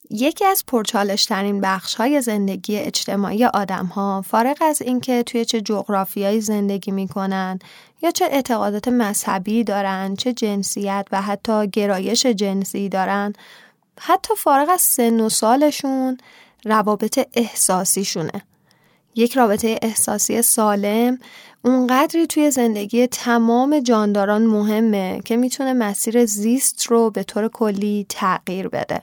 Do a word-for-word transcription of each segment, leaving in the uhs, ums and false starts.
یکی از پرچالش‌ترین بخش‌های زندگی اجتماعی آدم‌ها، فارغ از اینکه توی چه جغرافیایی زندگی می‌کنن یا چه اعتقادات مذهبی دارن، چه جنسیت و حتی گرایش جنسی دارن، حتی فارغ از سن و سالشون، روابط احساسیشونه. یک رابطه احساسی سالم اونقدری توی زندگی تمام جانداران مهمه که میتونه مسیر زیست رو به طور کلی تغییر بده.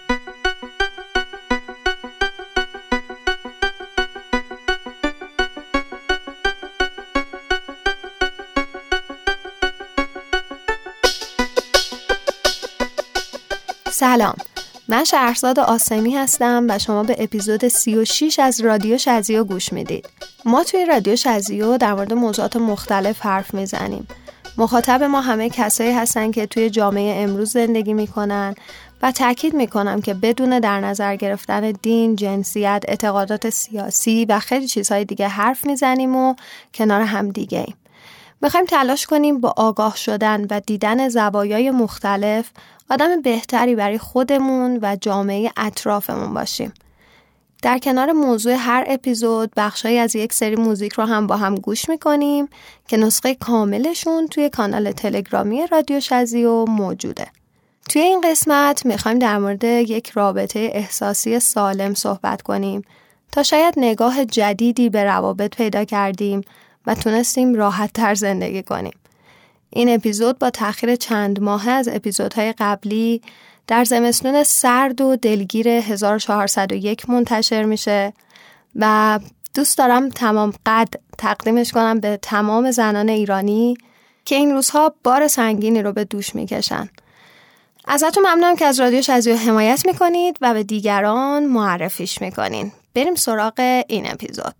سلام، من شهرزاد آسمی هستم و شما به اپیزود سی و شش از رادیو شزیو گوش میدید. ما توی رادیو شزیو در مورد موضوعات مختلف حرف میزنیم. مخاطب ما همه کسایی هستن که توی جامعه امروز زندگی میکنن و تاکید میکنم که بدون در نظر گرفتن دین، جنسیت، اعتقادات سیاسی و خیلی چیزهای دیگه حرف میزنیم و کنار هم دیگه ایم. میخوایم تلاش کنیم با آگاه شدن و دیدن زوایای مختلف آدم بهتری برای خودمون و جامعه اطرافمون باشیم. در کنار موضوع هر اپیزود بخشایی از یک سری موزیک رو هم با هم گوش میکنیم که نسخه کاملشون توی کانال تلگرامی رادیو شزیو موجوده. توی این قسمت میخوایم در مورد یک رابطه احساسی سالم صحبت کنیم تا شاید نگاه جدیدی به روابط پیدا کردیم و تونستیم راحت تر زندگی کنیم. این اپیزود با تأخیر چند ماهه از اپیزودهای قبلی در زمستون سرد و دلگیر هزار و چهارصد و یک منتشر میشه و دوست دارم تمام قد تقدیمش کنم به تمام زنان ایرانی که این روزها بار سنگینی رو به دوش میکشن. ازتون ممنونم که از رادیو شزیو حمایت میکنید و به دیگران معرفیش میکنین. بریم سراغ این اپیزود.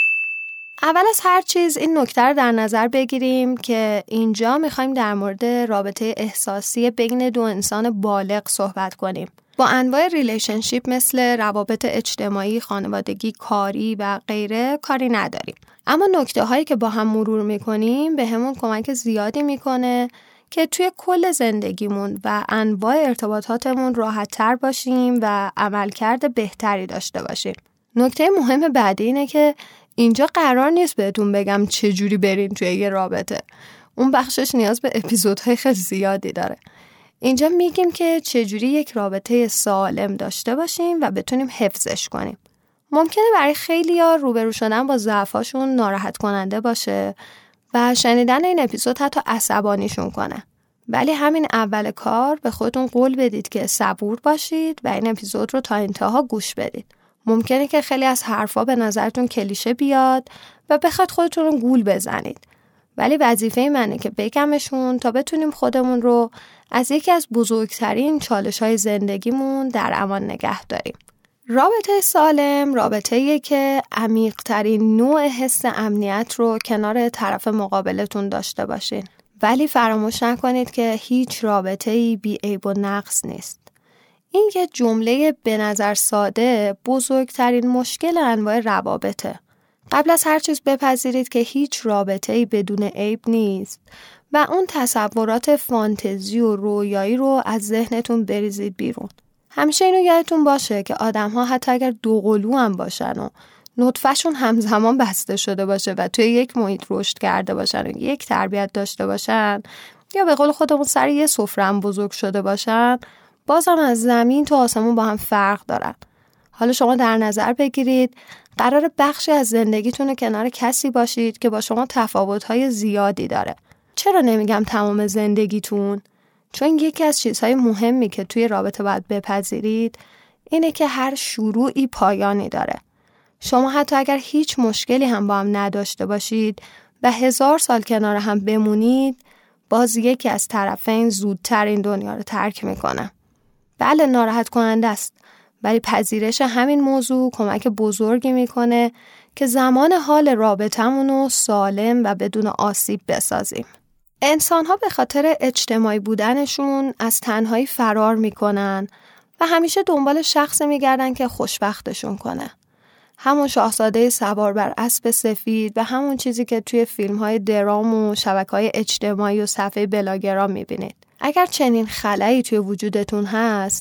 اول از هر چیز این نکته رو در نظر بگیریم که اینجا میخوایم در مورد رابطه احساسی بین دو انسان بالغ صحبت کنیم. با انواع ریلیشنشیپ مثل روابط اجتماعی، خانوادگی، کاری و غیره کاری نداریم. اما نکته هایی که با هم مرور میکنیم به همون کمک زیادی میکنه که توی کل زندگیمون و انواع ارتباطاتمون راحت تر باشیم و عملکرد بهتری داشته باشیم. نکته مهم بعدی اینه که اینجا قرار نیست بهتون بگم چجوری برین توی یه رابطه. اون بخشش نیاز به اپیزودهای خیلی زیادی داره. اینجا میگیم که چجوری یک رابطه سالم داشته باشیم و بتونیم حفظش کنیم. ممکنه برای خیلی‌ها روبرو شدن با ضعفاشون ناراحت کننده باشه و شنیدن این اپیزود حتی عصبانیشون کنه. ولی همین اول کار به خودتون قول بدید که صبور باشید و این اپیزود رو تا انتها گوش بدید. ممکنه که خیلی از حرفا به نظرتون کلیشه بیاد و بخواد خودتون رو گول بزنید. ولی وظیفه منه که بگمشون تا بتونیم خودمون رو از یکی از بزرگترین چالش‌های زندگیمون در امان نگه داریم. رابطه سالم رابطه‌ایه که عمیق‌ترین نوع حس امنیت رو کنار طرف مقابلتون داشته باشین. ولی فراموش نکنید که هیچ رابطه‌ای بی‌عیب و نقص نیست. این یه جمله به نظر ساده بزرگترین مشکل انواع روابطه. قبل از هر چیز بپذیرید که هیچ رابطه‌ای بدون عیب نیست و اون تصورات فانتزی و رویایی رو از ذهنتون بریزید بیرون. همیشه اینو یادتون باشه که آدم‌ها حتی اگر دوقلو هم باشن و نطفه‌شون همزمان بسته شده باشه و توی یک محیط رشد کرده باشن و یک تربیت داشته باشن یا به قول خودمون سر یه سفره هم بزرگ شده باشن، بازم از زمین تا آسمون با هم فرق دارن. حالا شما در نظر بگیرید قرار بخشی از زندگیتون کنار کسی باشید که با شما تفاوت‌های زیادی داره. چرا نمیگم تمام زندگیتون؟ چون یکی از چیزهای مهمی که توی رابطه باید بپذیرید اینه که هر شروعی پایانی داره. شما حتی اگر هیچ مشکلی هم با هم نداشته باشید و هزار سال کنار هم بمونید، باز یکی از طرفین زودتر این دنیا رو ترک میکنه. بله ناراحت کننده است، ولی پذیرش همین موضوع کمک بزرگی میکنه که زمان حال رابطمون رو سالم و بدون آسیب بسازیم. انسان‌ها به خاطر اجتماعی بودنشون از تنهایی فرار میکنن و همیشه دنبال شخصی میگردن که خوشبختشون کنه. همون شاهزاده سوار بر اسب سفید و همون چیزی که توی فیلم‌های درام و شبکه‌های اجتماعی و صفحه بلاگرام می‌بینید. اگر چنین خلایی توی وجودتون هست،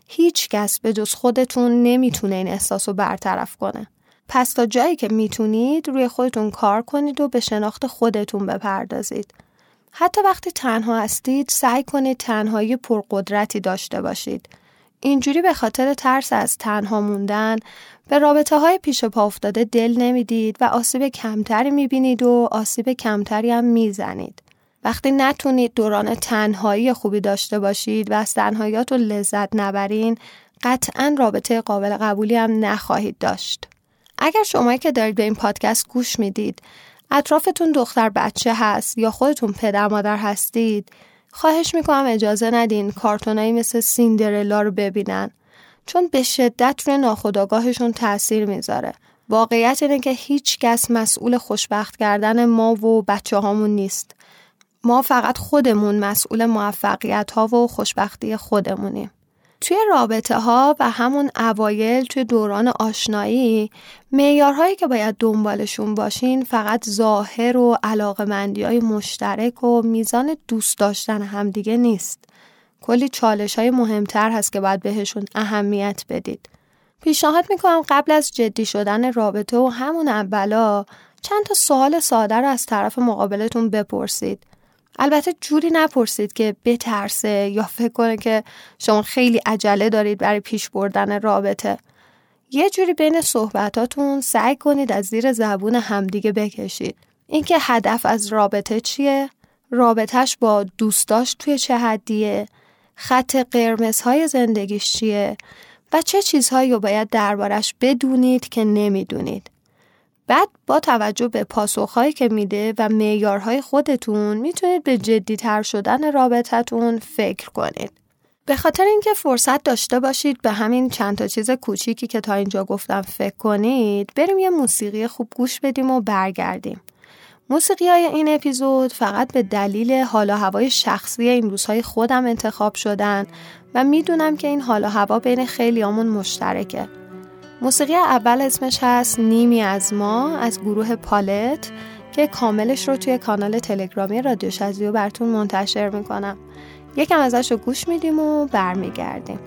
هیچ کس به جز خودتون نمیتونه این احساس رو برطرف کنه. پس تا جایی که میتونید روی خودتون کار کنید و به شناخت خودتون بپردازید. حتی وقتی تنها هستید سعی کنید تنهایی پرقدرتی داشته باشید. اینجوری به خاطر ترس از تنها موندن به رابطه های پیش پا افتاده دل نمیدید و آسیب کمتری میبینید و آسیب کمتری هم میزنید. وقتی نتونید دوران تنهایی خوبی داشته باشید و از تنهاییاتون لذت نبرین، قطعاً رابطه قابل قبولی هم نخواهید داشت. اگر شما که دارید به این پادکست گوش میدید، اطرافتون دختر بچه هست یا خودتون پدر مادر هستید، خواهش میکنم اجازه ندین کارتونایی مثل سیندرلا رو ببینن، چون به شدت روی ناخودآگاهشون تأثیر میذاره. واقعیت اینه که هیچ کس مسئول خوشبخت کردن ما و بچه هامون نیست. ما فقط خودمون مسئول موفقیت ها و خوشبختی خودمونیم. توی رابطه ها و همون اوایل توی دوران آشنایی، معیارهایی که باید دنبالشون باشین فقط ظاهر و علاقه‌مندی‌های مشترک و میزان دوست داشتن همدیگه نیست. کلی چالش‌های مهمتر هست که باید بهشون اهمیت بدید. پیشنهاد میکنم قبل از جدی شدن رابطه و همون اولا چند تا سوال ساده رو از طرف مقابلتون بپرسید. البته جوری نپرسید که بترسه یا فکر کنه که شما خیلی عجله دارید برای پیش بردن رابطه. یه جوری بین صحبتاتون سعی کنید از زیر زبون همدیگه بکشید. اینکه هدف از رابطه چیه؟ رابطهش با دوستاش توی چه حدیه؟ خط قرمزهای زندگیش چیه؟ و چه چیزهایی رو باید دربارش بدونید که نمیدونید. بعد با توجه به پاسخهایی که میده و معیارهای خودتون میتونید به جدی‌تر شدن رابطتون فکر کنید. به خاطر اینکه فرصت داشته باشید به همین چند تا چیز کوچیکی که تا اینجا گفتم فکر کنید، بریم یه موسیقی خوب گوش بدیم و برگردیم. موسیقی‌های این اپیزود فقط به دلیل حال و هوای شخصی این روزهای خودم انتخاب شدن و میدونم که این حال و هوا بین خیلیامون مشترکه. موسیقی اول اسمش هست نیمی از ما از گروه پالت که کاملش رو توی کانال تلگرامی رادیو شزیو براتون منتشر میکنم. یکم ازش رو گوش میدیم و برمیگردیم.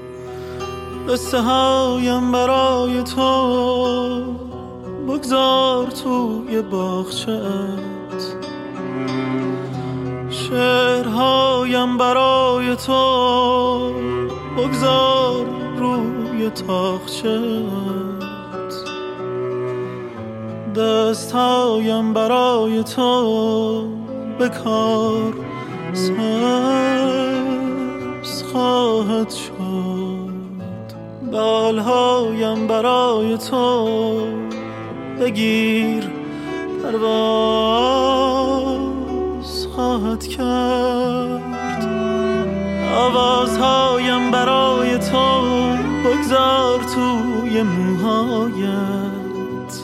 قصه هایم برای تو بگذار توی باغچه‌ات، شعرهایم برای تو بگذار روی تاقچه‌ات، دستهایم برای تو بکار سبز خواهد شد، بالهایم برای تو بگیر پرواز خواهد کرد، آوازهایم برای تو بگذار توی موهایت،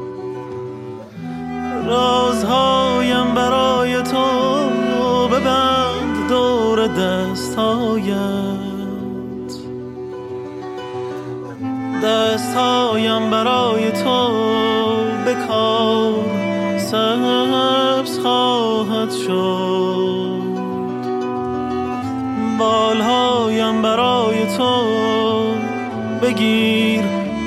رازهایم برای تو ببند دور دستهایت، دستهایم برای تو بکار سبز خواهد شد، بالهایم برای تو بگیر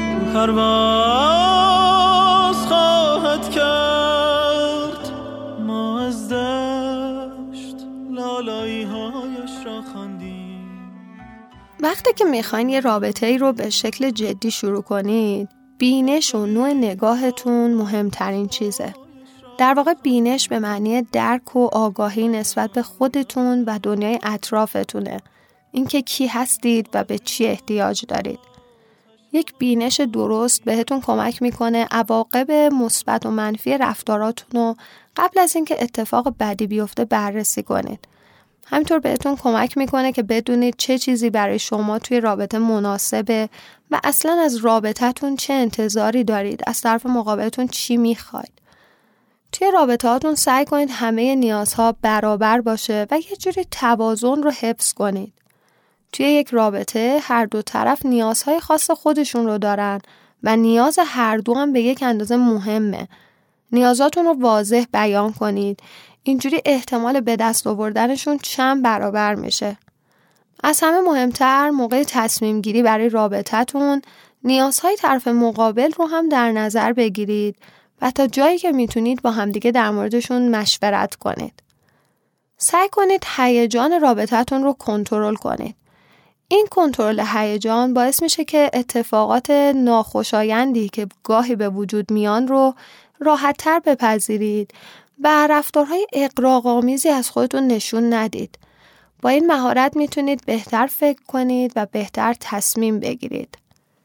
پرواز خواهد کرد. ما از دشت لالایی هایش را خواندیم. وقتی که میخواین یه رابطه ای رو به شکل جدی شروع کنید، بینش و نوع نگاهتون مهمترین چیزه. در واقع بینش به معنی درک و آگاهی نسبت به خودتون و دنیای اطرافتونه. اینکه کی هستید و به چی احتیاج دارید. یک بینش درست بهتون کمک میکنه عواقب مثبت و منفی رفتاراتون رو قبل از اینکه اتفاق بدی بیفته بررسی کنید. همینطور بهتون کمک میکنه که بدونید چه چیزی برای شما توی رابطه مناسبه و اصلا از رابطتون چه انتظاری دارید، از طرف مقابلتون چی میخواید. توی رابطه هاتون سعی کنید همه نیازها برابر باشه و یه جوری توازن رو حفظ کنید. توی یک رابطه هر دو طرف نیازهای خاص خودشون رو دارن و نیاز هر دو هم به یک اندازه مهمه. نیازاتون رو واضح بیان کنید. اینجوری احتمال به دست آوردنشون چند برابر میشه. از همه مهمتر موقع تصمیم گیری برای رابطتون نیازهای طرف مقابل رو هم در نظر بگیرید و تا جایی که میتونید با همدیگه در موردشون مشورت کنید. سعی کنید هیجان رابطتون رو کنترل کنید. این کنترل هیجان باعث میشه که اتفاقات ناخوشایندی که گاهی به وجود میان رو راحت‌تر بپذیرید و رفتارهای اغراق‌آمیزی از خودتون نشون ندید. با این مهارت میتونید بهتر فکر کنید و بهتر تصمیم بگیرید.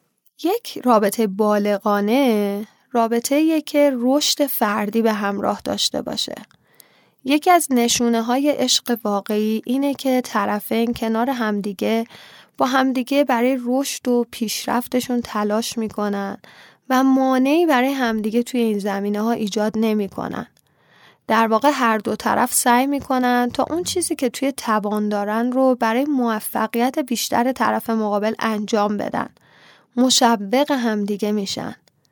یک رابطه بالغانه رابطه‌ایه که رشد فردی به همراه داشته باشه. یکی از نشونه‌های عشق واقعی اینه که طرفین کنار همدیگه با همدیگه برای رشد و پیشرفتشون تلاش میکنن و مانعی برای همدیگه توی این زمینه‌ها ایجاد نمیکنن. در واقع هر دو طرف سعی میکنن تا اون چیزی که توی توان دارن رو برای موفقیت بیشتر طرف مقابل انجام بدن. مشوق همدیگه میشن.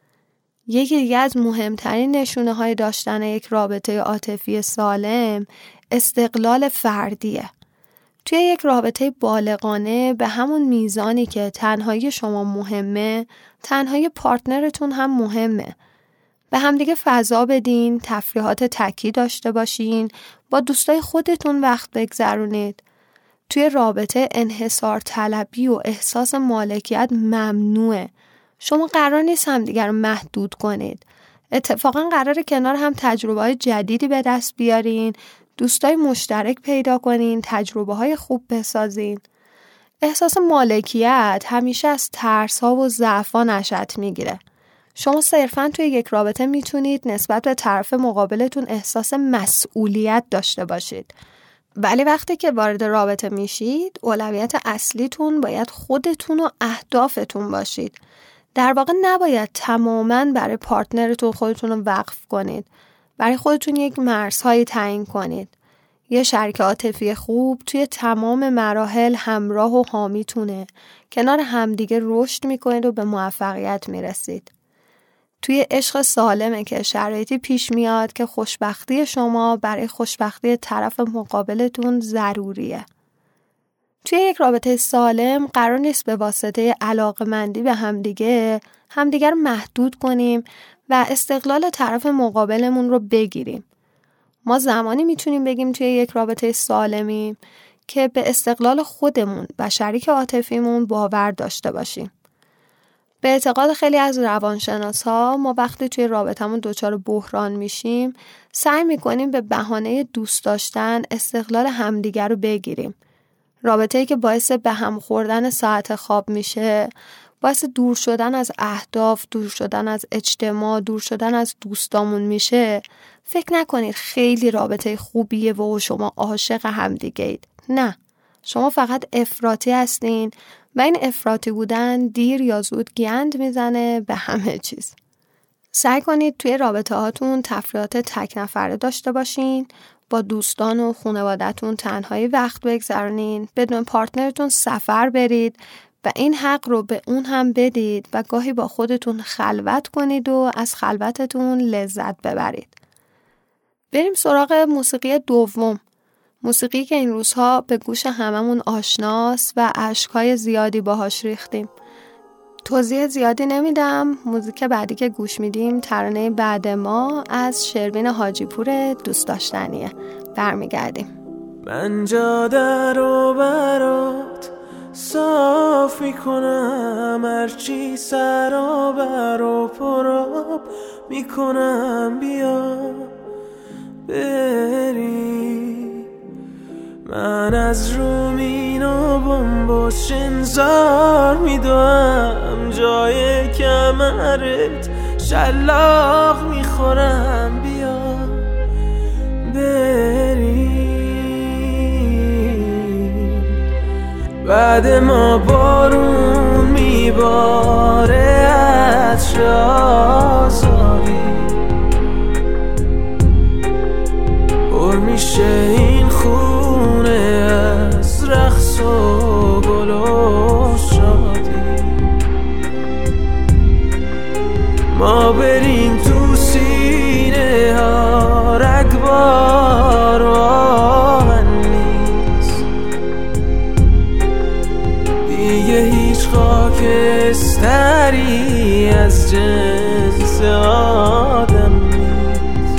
یکی دیگه از مهمترین نشونه های داشتن یک رابطه عاطفی سالم استقلال فردیه. توی یک رابطه بالغانه به همون میزانی که تنهایی شما مهمه، تنهایی پارتنرتون هم مهمه. به همدیگه فضا بدین، تفریحات تکی داشته باشین، با دوستای خودتون وقت بگذرونید. توی رابطه انحصار طلبی و احساس مالکیت ممنوعه. شما قرار نیست همدیگر رو محدود کنید. اتفاقا قراره کنار هم تجربه‌های جدیدی به دست بیارین، دوستای مشترک پیدا کنین، تجربه‌های خوب بسازین. احساس مالکیت همیشه از ترس‌ها و ضعف‌ها نشأت میگیره. شما صرفاً توی یک رابطه میتونید نسبت به طرف مقابلتون احساس مسئولیت داشته باشید. ولی وقتی که وارد رابطه میشید، اولویت اصلیتون باید خودتون و اهدافتون باشید. در واقع نباید تماماً برای پارتنرتون خودتون رو وقف کنید. برای خودتون یک مرزهایی تعیین کنید. یه شریک عاطفی خوب توی تمام مراحل همراه و حامیتونه. کنار همدیگه رشد میکنید و به موفقیت میرسید. توی عشق سالمه که شرایطی پیش میاد که خوشبختی شما برای خوشبختی طرف مقابلتون ضروریه. توی یک رابطه سالم قرار نیست به واسطه علاقه‌مندی به همدیگه همدیگه رو محدود کنیم و استقلال طرف مقابلمون رو بگیریم. ما زمانی میتونیم بگیم توی یک رابطه سالمیم که به استقلال خودمون و شریک عاطفیمون باور داشته باشیم. به اعتقاد خیلی از روانشناس‌ها ما وقتی توی رابطمون دچار بحران میشیم سعی میکنیم به بهانه دوست داشتن استقلال همدیگر رو بگیریم. رابطه‌ای که باعث به هم خوردن ساعت خواب میشه، باعث دور شدن از اهداف، دور شدن از اجتماع، دور شدن از دوستامون میشه، فکر نکنید خیلی رابطه خوبیه و شما عاشق همدیگه اید. نه، شما فقط افراطی هستین و این افراطی بودن دیر یا زود گند میزنه به همه چیز. سعی کنید توی رابطه هاتون تفریحات تک نفره داشته باشین، با دوستان و خانواده‌تون تنهایی وقت بگذرونین، بدون پارتنرتون سفر برید و این حق رو به اون هم بدید و گاهی با خودتون خلوت کنید و از خلوتتون لذت ببرید. بریم سراغ موسیقی دوم. موسیقی که این روزها به گوش هممون آشناست و اشک‌های زیادی باهاش ریختیم. توضیح زیادی نمیدم. موزیک بعدی که گوش میدیم ترانه بعد ما از شروین حاجی پور دوست داشتنیه. برمیگردیم. من جاده رو برات صاف میکنم، هرچی سرابر و پراب میکنم، بیا بری. من از رومین و بمبوش انذار میدوم، جای کمرت شلاق میخورم، بیا بری. بعد ما بارون میباره عطر آزادی، پر میشه این خونه از رقص و گل و شادی. ما بریم تو سینه ها رگبار و آهن نیست، بستری از جنس آدم نیست.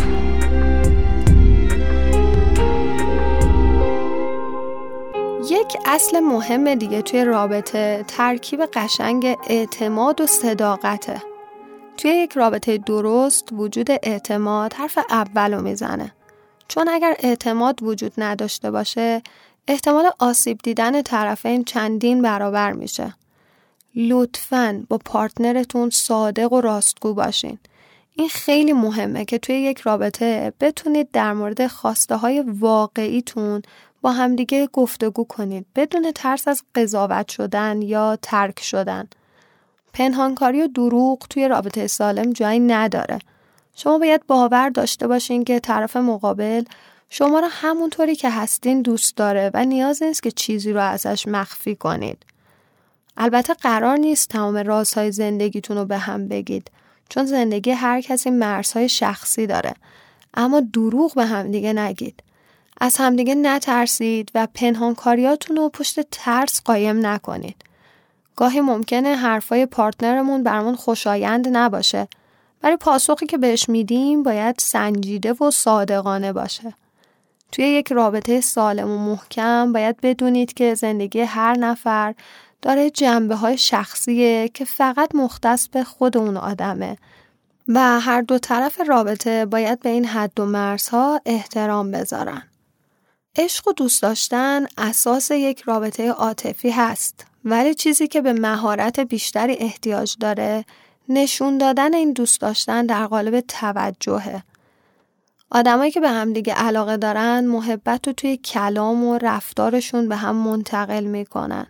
یک اصل مهم دیگه توی رابطه ترکیب قشنگ اعتماد و صداقته. توی یک رابطه درست وجود اعتماد حرف اولو میزنه. چون اگر اعتماد وجود نداشته باشه احتمال آسیب دیدن طرفین چندین برابر میشه. لطفاً با پارتنرتون صادق و راستگو باشین. این خیلی مهمه که توی یک رابطه بتونید در مورد خواسته های واقعیتون با همدیگه گفتگو کنید بدون ترس از قضاوت شدن یا ترک شدن. پنهانکاری و دروغ توی رابطه سالم جایی نداره. شما باید باور داشته باشین که طرف مقابل شما رو همونطوری که هستین دوست داره و نیاز نیست که چیزی رو ازش مخفی کنید. البته قرار نیست تمام رازهای زندگیتون رو به هم بگید، چون زندگی هر کسی مرزهای شخصی داره. اما دروغ به هم دیگه نگید. از همدیگه نترسید و پنهانکاریاتون رو پشت ترس قایم نکنید. گاهی ممکنه حرفای پارتنرمون برامون خوشایند نباشه، ولی پاسخی که بهش میدیم باید سنجیده و صادقانه باشه. توی یک رابطه سالم و محکم باید بدونید که زندگی هر نفر داره جنبه‌های شخصیه که فقط مختص به خود اون آدمه و هر دو طرف رابطه باید به این حد و مرزها احترام بذارن. عشق و دوست داشتن اساس یک رابطه عاطفی هست، ولی چیزی که به مهارت بیشتری احتیاج داره نشون دادن این دوست داشتن در قالب توجهه. آدمایی که به هم دیگه علاقه دارن محبت رو توی کلام و رفتارشون به هم منتقل میکنن.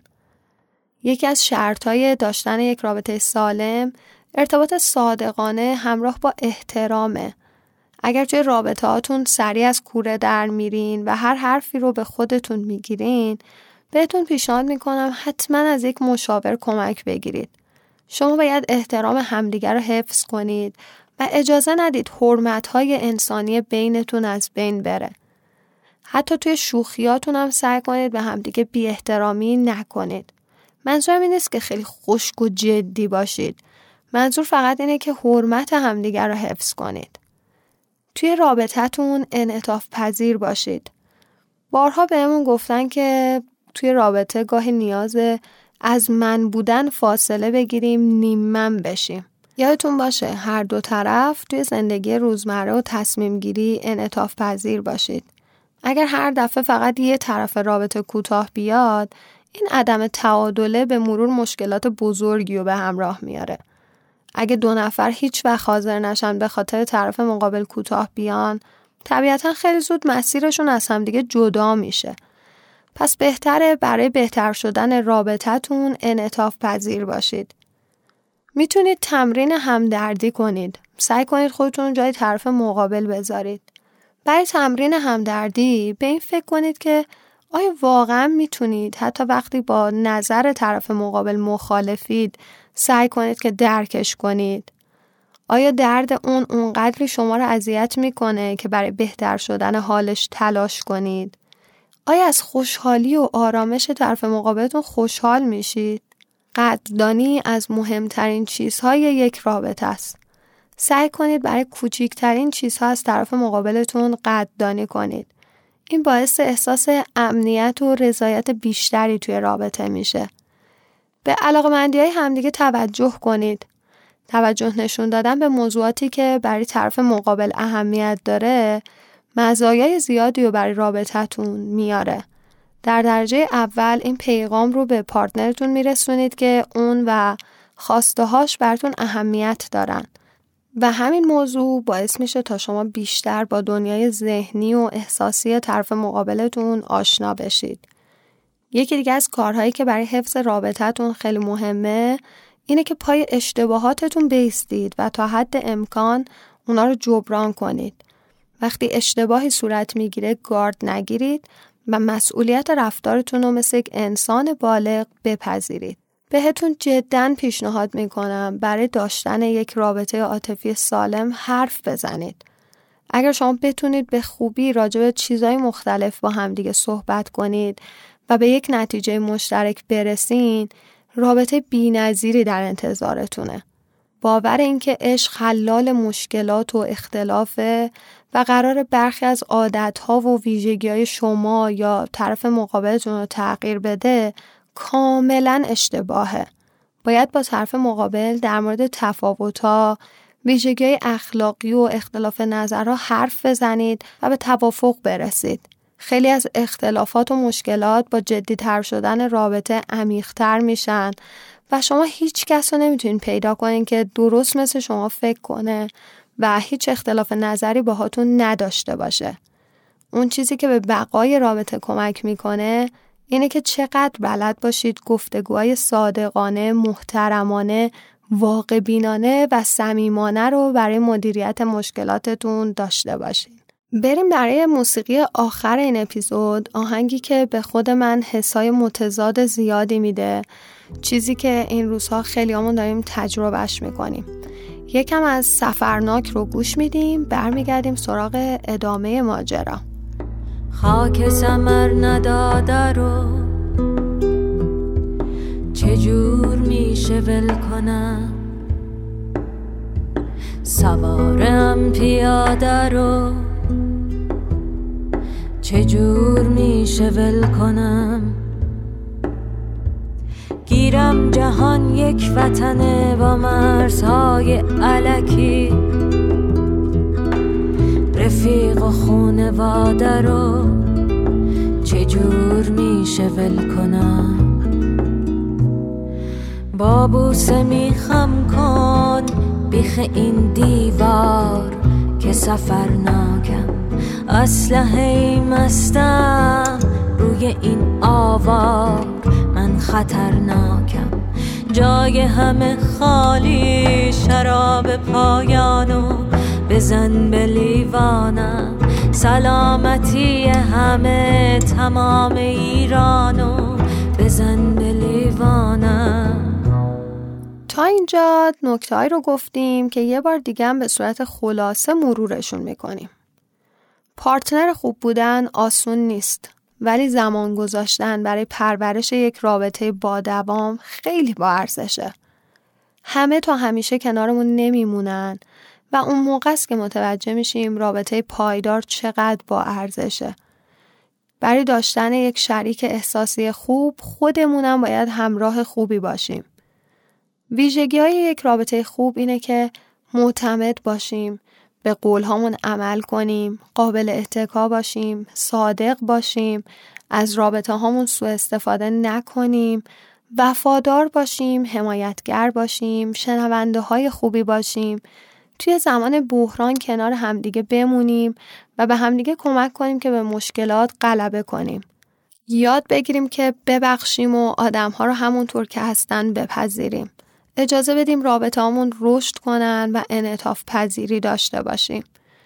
یکی از شرطهای داشتن یک رابطه سالم ارتباط صادقانه همراه با احترامه. اگر توی رابطه هاتون سریع از کوره در میرین و هر حرفی رو به خودتون میگیرین، بهتون پیشنهاد میکنم حتما از یک مشاور کمک بگیرید. شما باید احترام همدیگر رو حفظ کنید و اجازه ندید حرمت‌های انسانی بینتون از بین بره. حتی توی شوخیاتون هم سعی کنید به همدیگه بی احترامی نکنید. منظورم این نیست که خیلی خشک و جدی باشید. منظور فقط اینه که حرمت همدیگر رو حفظ کنید. توی رابطتون انعطاف پذیر باشید. بارها بهمون گفتن که توی رابطه گاهی نیاز از من بودن فاصله بگیریم، نیم من بشیم. یادتون باشه هر دو طرف توی زندگی روزمره و تصمیم گیری انعطاف پذیر باشید. اگر هر دفعه فقط یه طرف رابطه کوتاه بیاد، این عدم تعادله به مرور مشکلات بزرگی رو به همراه میاره. اگه دو نفر هیچ وقت حاضر نشن به خاطر طرف مقابل کوتاه بیان، طبیعتا خیلی زود مسیرشون از هم دیگه جدا میشه. پس بهتره برای بهتر شدن رابطتون انعطاف پذیر باشید. میتونید تمرین همدردی کنید. سعی کنید خودتون جای طرف مقابل بذارید. برای تمرین همدردی به این فکر کنید که آیا واقعا میتونید حتی وقتی با نظر طرف مقابل مخالفید سعی کنید که درکش کنید؟ آیا درد اون اونقدری شما را اذیت میکنه که برای بهتر شدن حالش تلاش کنید؟ آیا از خوشحالی و آرامش طرف مقابلتون خوشحال میشید؟ قدردانی از مهمترین چیزهای یک رابطه است. سعی کنید برای کوچکترین چیزها از طرف مقابلتون قدردانی کنید. این باعث احساس امنیت و رضایت بیشتری توی رابطه میشه. به علاقه‌مندی‌های همدیگه توجه کنید. توجه نشون دادن به موضوعاتی که برای طرف مقابل اهمیت داره، مزایای زیادی رو برای رابطتون میاره. در درجه اول این پیغام رو به پارتنرتون میرسونید که اون و خواسته‌هاش براتون اهمیت دارن. و همین موضوع باعث میشه تا شما بیشتر با دنیای ذهنی و احساسی طرف مقابلتون آشنا بشید. یکی دیگه از کارهایی که برای حفظ رابطتون خیلی مهمه اینه که پای اشتباهاتتون بایستید و تا حد امکان اونا رو جبران کنید. وقتی اشتباهی صورت میگیره گارد نگیرید و مسئولیت رفتارتون رو مثل یک انسان بالغ بپذیرید. بهتون جداً پیشنهاد میکنم برای داشتن یک رابطه عاطفی سالم حرف بزنید. اگر شما بتونید به خوبی راجع به چیزهای مختلف با هم دیگه صحبت کنید و به یک نتیجه مشترک برسین، رابطه بی‌نظیری در انتظارتونه. باور این که عشق حلال مشکلات و اختلافه و قرار برخی از عادت‌ها و ویژگی‌های شما یا طرف مقابلتون رو تغییر بده کاملاً اشتباهه. باید با طرف مقابل در مورد تفاوت‌ها، ویژگی‌های اخلاقی و اختلاف نظرها حرف بزنید و به توافق برسید. خیلی از اختلافات و مشکلات با جدی‌تر شدن رابطه عمیق‌تر میشن و شما هیچ کس رو نمیتونین پیدا کنین که درست مثل شما فکر کنه و هیچ اختلاف نظری باهاتون نداشته باشه. اون چیزی که به بقای رابطه کمک میکنه اینه که چقدر بلد باشید گفتگوهای صادقانه، محترمانه، واقع بینانه و صمیمانه رو برای مدیریت مشکلاتتون داشته باشید. بریم برای موسیقی آخر این اپیزود، آهنگی که به خود من حسای متضاد زیادی میده، چیزی که این روزها خیلی همون داریم تجربهش میکنیم. یکم از سفرناک رو گوش میدیم، برمیگردیم سراغ ادامه ماجرا. خاک ثمر نداده رو چجور میشه ول کنم، سوارم پیاده رو چجور میشه ول کنم، گیرم جهان یک وطنه با مرزهای الکی، رفیق و خونواده رو چجور میشه ول کنم، با بوسه میخم کن بیخ این دیوار که سفرناکم، اسلحه مستم روی این آوار، من خطرناکم، جای همه خالی، شراب پایانو بزن به لیوانم، سلامتی همه تمام ایرانو بزن به لیوانم. تا اینجا نکته‌ای رو گفتیم که یه بار دیگه هم به صورت خلاصه مرورشون میکنیم. پارتنر خوب بودن آسون نیست، ولی زمان گذاشتن برای پرورش یک رابطه با دوام خیلی با ارزشه. همه تا همیشه کنارمون نمیمونن و اون موقع است که متوجه میشیم رابطه پایدار چقدر با ارزشه. برای داشتن یک شریک احساسی خوب خودمونم باید همراه خوبی باشیم. ویژگی‌های یک رابطه خوب اینه که معتمد باشیم، به قولهامون عمل کنیم، قابل اتکا باشیم، صادق باشیم، از رابطه هامون سوء استفاده نکنیم، وفادار باشیم، حمایتگر باشیم، شنونده های خوبی باشیم، توی زمان بحران کنار همدیگه بمونیم و به همدیگه کمک کنیم که به مشکلات غلبه کنیم. یاد بگیریم که ببخشیم و آدم‌ها رو همونطور که هستن بپذیریم. اجازه بدیم رابطه هامون رشد کنن و انعطاف پذیری داشته باشیم.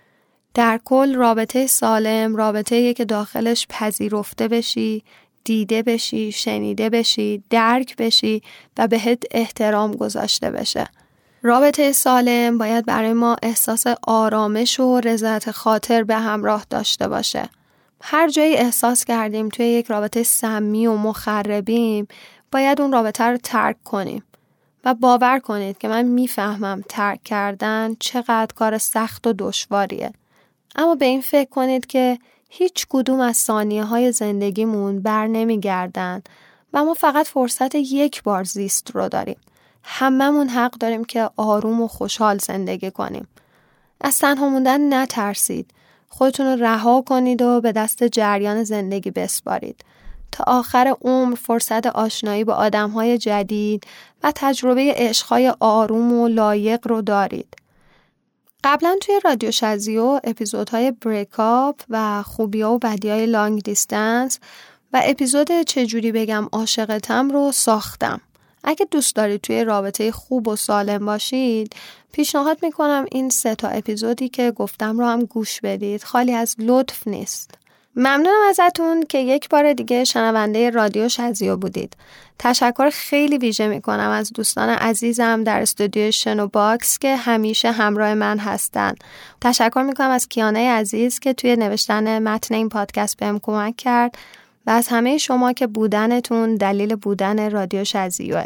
در کل رابطه سالم رابطه‌ایه که داخلش پذیرفته بشی، دیده بشی، شنیده بشی، درک بشی و بهت احترام گذاشته بشه. رابطه سالم باید برای ما احساس آرامش و رضایت خاطر به همراه داشته باشه. هر جایی احساس کردیم توی یک رابطه سمی و مخربیم، باید اون رابطه رو ترک کنیم. و باور کنید که من میفهمم ترک کردن چقدر کار سخت و دشواریه. اما به این فکر کنید که هیچ کدوم از ثانیه های زندگیمون بر نمیگردن و ما فقط فرصت یک بار زیست رو داریم. هممون حق داریم که آروم و خوشحال زندگی کنیم. از تنها موندن نترسید. خودتون رو رها کنید و به دست جریان زندگی بسپارید. تا آخر عمر فرصت آشنایی با آدم‌های جدید و تجربه عشق‌های آروم و لایق رو دارید. قبلا توی رادیو شزیو اپیزودهای بریکاپ و خوبی‌ها و بدی‌های لانگ دیستنس و اپیزود چجوری بگم عاشقتم رو ساختم. اگه دوست دارید توی رابطه خوب و سالم باشید، پیشنهاد میکنم این سه تا اپیزودی که گفتم رو هم گوش بدید. خالی از لطف نیست. ممنونم ازتون که یک بار دیگه شنونده رادیو شزیو بودید. تشکر خیلی ویژه میکنم از دوستان عزیزم در استودیو شنو باکس که همیشه همراه من هستن. تشکر میکنم از کیانه عزیز که توی نوشتن متن این پادکست بهم کمک کرد و از همه شما که بودنتون دلیل بودن رادیو شزیوه.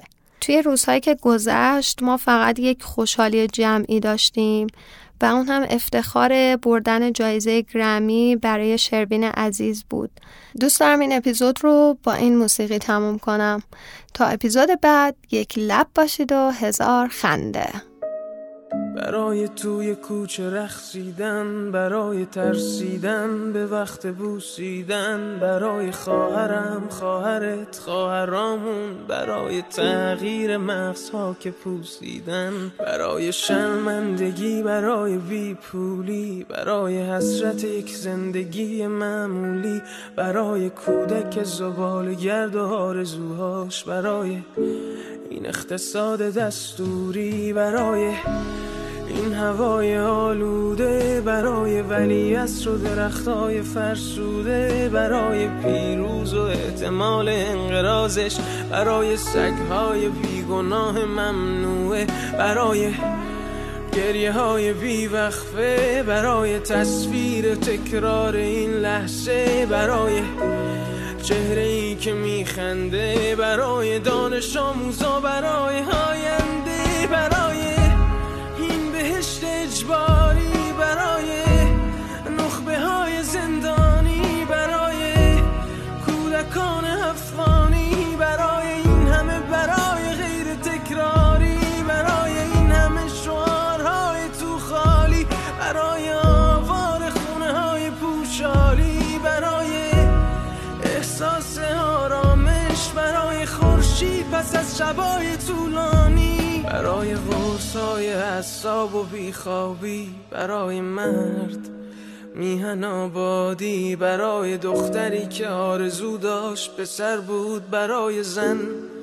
توی روزهایی که گذشت ما فقط یک خوشحالی جمعی داشتیم و اون هم افتخار بردن جایزه گرمی برای شروین عزیز بود. دوست دارم این اپیزود رو با این موسیقی تموم کنم. تا اپیزود بعد یک لب باشید و هزار خنده. برای توی کوچه رقصیدن، برای ترسیدن به وقت بوسیدن، برای خواهرم خواهرت خواهرامون، برای تغییر مغزها که پوسیدن، برای شرمندگی برای بی پولی، برای حسرت یک زندگی معمولی، برای کودک زباله‌گرد و آرزوهاش، برای این اقتصاد دستوری، برای این هوای آلوده، برای ولیعصر و درختای فرسوده، برای پیروز و احتمال انقراضش، برای سگهای بیگناه ممنوعه، برای گریه های بیوقفه، برای تصویر تکرار این لحظه، برای چهره ای که میخنده، برای دانش آموزا، برای آینده، برای این بهشت اجباری، برای نخبه های زندانی، برای کودکان افغانی، برای این همه برای غیر تکراری، برای این همه شعارهای تو خالی، برای آوار خونه های پوشالی، برای احساس آرامش، برای خورشید پس از شبای طولانی، برای غرصای اعصاب و بیخوابی، برای مرد میهن آبادی، برای دختری که آرزو داشت پسر بود، برای زن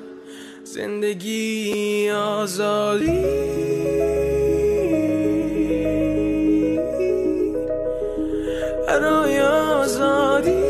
زندگی آزادی، برای آزادی.